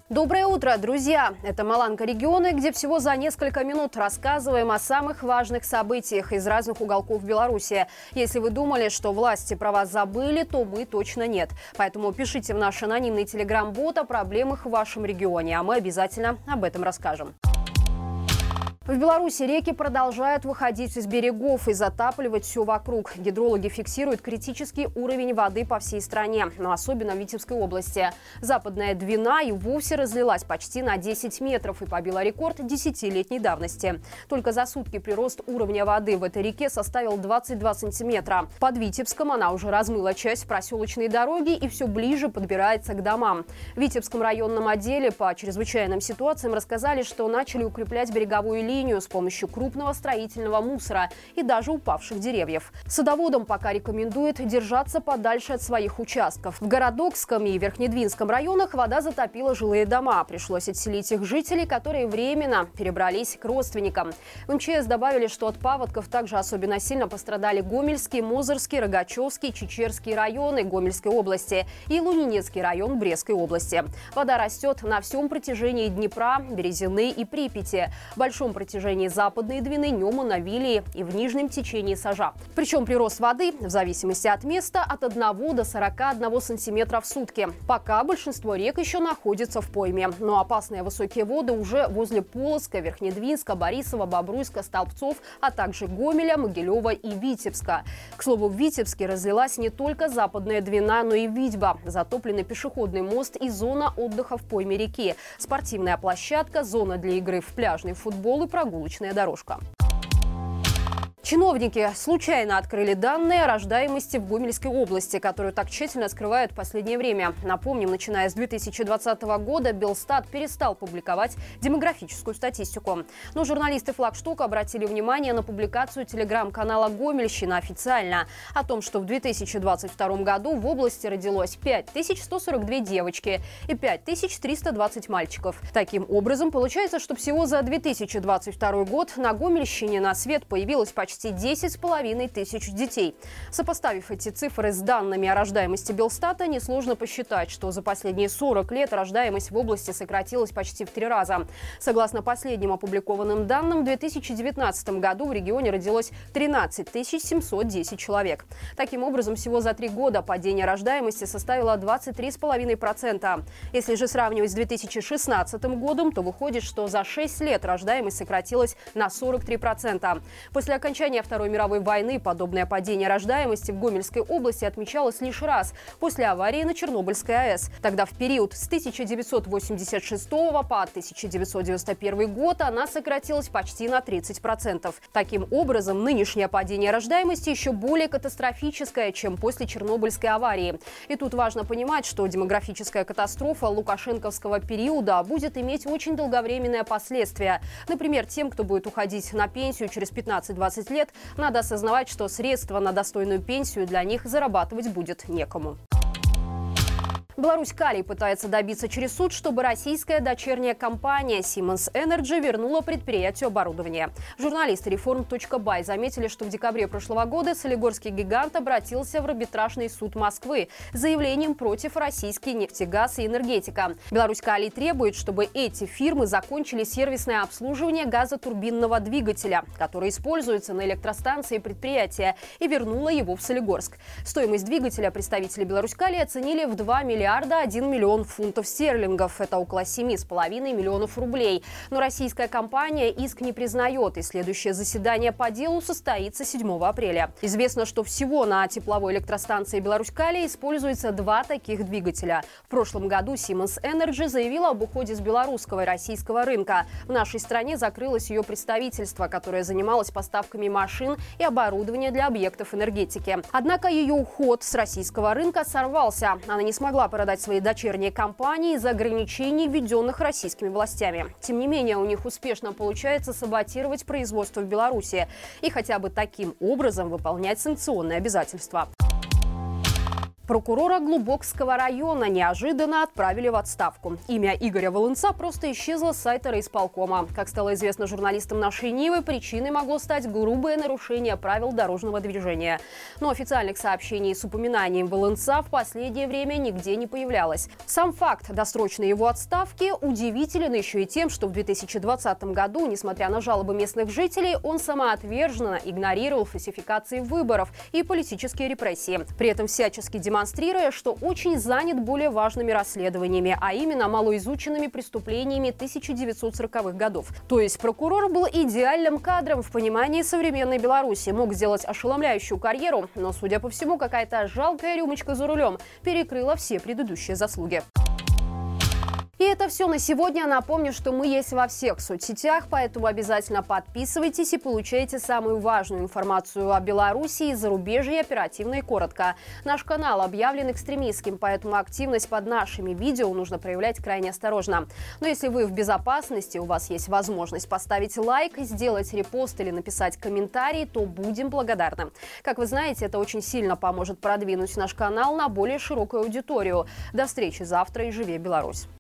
Доброе утро, друзья! Это «Маланка регионы», где всего за несколько минут рассказываем о самых важных событиях из разных уголков Беларуси. Если вы думали, что власти про вас забыли, то мы точно нет. Поэтому пишите в наш анонимный телеграм-бот о проблемах в вашем регионе, а мы обязательно об этом расскажем. В Беларуси реки продолжают выходить из берегов и затапливать все вокруг. Гидрологи фиксируют критический уровень воды по всей стране, но особенно в Витебской области. Западная Двина и вовсе разлилась почти на 10 метров и побила рекорд 10-летней давности. Только за сутки прирост уровня воды в этой реке составил 22 сантиметра. Под Витебском она уже размыла часть проселочной дороги и все ближе подбирается к домам. В Витебском районном отделе по чрезвычайным ситуациям рассказали, что начали укреплять береговую линию с помощью крупного строительного мусора и даже упавших деревьев. Садоводам пока рекомендуют держаться подальше от своих участков. В Городокском и Верхнедвинском районах вода затопила жилые дома. Пришлось отселить их жителей, которые временно перебрались к родственникам. В МЧС добавили, что от паводков также особенно сильно пострадали Гомельский, Мозырский, Рогачевский, Чечерский районы Гомельской области и Лунинецкий район Брестской области. Вода растет на всем протяжении Днепра, Березины и Припяти. В большом протяжении Западной Двины, Нема, Навилии и в нижнем течении Сажа. Причем прирост воды, в зависимости от места, от 1 до 41 сантиметра в сутки. Пока большинство рек еще находится в пойме. Но опасные высокие воды уже возле Полоцка, Верхнедвинска, Борисова, Бобруйска, Столбцов, а также Гомеля, Могилева и Витебска. К слову, в Витебске разлилась не только Западная Двина, но и Витьба. Затопленный пешеходный мост и зона отдыха в пойме реки. Спортивная площадка, зона для игры в пляжный футбол и прогулочная дорожка. Чиновники случайно открыли данные о рождаемости в Гомельской области, которую так тщательно скрывают в последнее время. Напомним, начиная с 2020 года Белстат перестал публиковать демографическую статистику. Но журналисты «Флагштока» обратили внимание на публикацию телеграм-канала «Гомельщина» официально о том, что в 2022 году в области родилось 5142 девочки и 5320 мальчиков. Таким образом, получается, что всего за 2022 год на Гомельщине на свет появилось почти 10,5 тысяч детей. Сопоставив эти цифры с данными о рождаемости Белстата, несложно посчитать, что за последние 40 лет рождаемость в области сократилась почти в 3 раза. Согласно последним опубликованным данным, в 2019 году в регионе родилось 13 710 человек. Таким образом, всего за 3 года падение рождаемости составило 23,5%. Если же сравнивать с 2016 годом, то выходит, что за 6 лет рождаемость сократилась на 43%. После окончания Второй мировой войны подобное падение рождаемости в Гомельской области отмечалось лишь раз после аварии на Чернобыльской АЭС. Тогда в период с 1986 по 1991 год она сократилась почти на 30%. Таким образом, нынешнее падение рождаемости еще более катастрофическое, чем после Чернобыльской аварии. И тут важно понимать, что демографическая катастрофа лукашенковского периода будет иметь очень долговременные последствия. Например, тем, кто будет уходить на пенсию через 15-20 лет, надо осознавать, что средства на достойную пенсию для них зарабатывать будет некому. Беларусь Калий пытается добиться через суд, чтобы российская дочерняя компания Siemens Energy вернула предприятию оборудование. Журналисты Reform.by заметили, что в декабре прошлого года солигорский гигант обратился в арбитражный суд Москвы с заявлением против российской нефтегаз и энергетика. Беларусь Калий требует, чтобы эти фирмы закончили сервисное обслуживание газотурбинного двигателя, который используется на электростанции предприятия, и вернула его в Солигорск. Стоимость двигателя представители Беларусь Калий оценили в 2 миллиарда 1 миллион фунтов стерлингов. Это около 7,5 миллионов рублей. Но российская компания иск не признает, и следующее заседание по делу состоится 7 апреля. Известно, что всего на тепловой электростанции Беларусь Калий используется 2 таких двигателя. В прошлом году Siemens Energy заявила об уходе с белорусского и российского рынка. В нашей стране закрылось ее представительство, которое занималось поставками машин и оборудования для объектов энергетики. Однако ее уход с российского рынка сорвался. Она не смогла продать свои дочерние компании из-за ограничений, введенных российскими властями. Тем не менее, у них успешно получается саботировать производство в Беларуси и хотя бы таким образом выполнять санкционные обязательства. Прокурора Глубокского района неожиданно отправили в отставку. Имя Игоря Волынца просто исчезло с сайта райисполкома. Как стало известно журналистам нашей Нивы, причиной могло стать грубое нарушение правил дорожного движения. Но официальных сообщений с упоминанием Волынца в последнее время нигде не появлялось. Сам факт досрочной его отставки удивителен еще и тем, что в 2020 году, несмотря на жалобы местных жителей, он самоотверженно игнорировал фальсификации выборов и политические репрессии. При этом всячески демонстрируя, что очень занят более важными расследованиями, а именно малоизученными преступлениями 1940-х годов. То есть прокурор был идеальным кадром в понимании современной Беларуси, мог сделать ошеломляющую карьеру, но, судя по всему, какая-то жалкая рюмочка за рулем перекрыла все предыдущие заслуги. И это все на сегодня. Напомню, что мы есть во всех соцсетях, поэтому обязательно подписывайтесь и получайте самую важную информацию о Беларуси и зарубежье оперативно и коротко. Наш канал объявлен экстремистским, поэтому активность под нашими видео нужно проявлять крайне осторожно. Но если вы в безопасности, у вас есть возможность поставить лайк, сделать репост или написать комментарий, то будем благодарны. Как вы знаете, это очень сильно поможет продвинуть наш канал на более широкую аудиторию. До встречи завтра и живи Беларусь!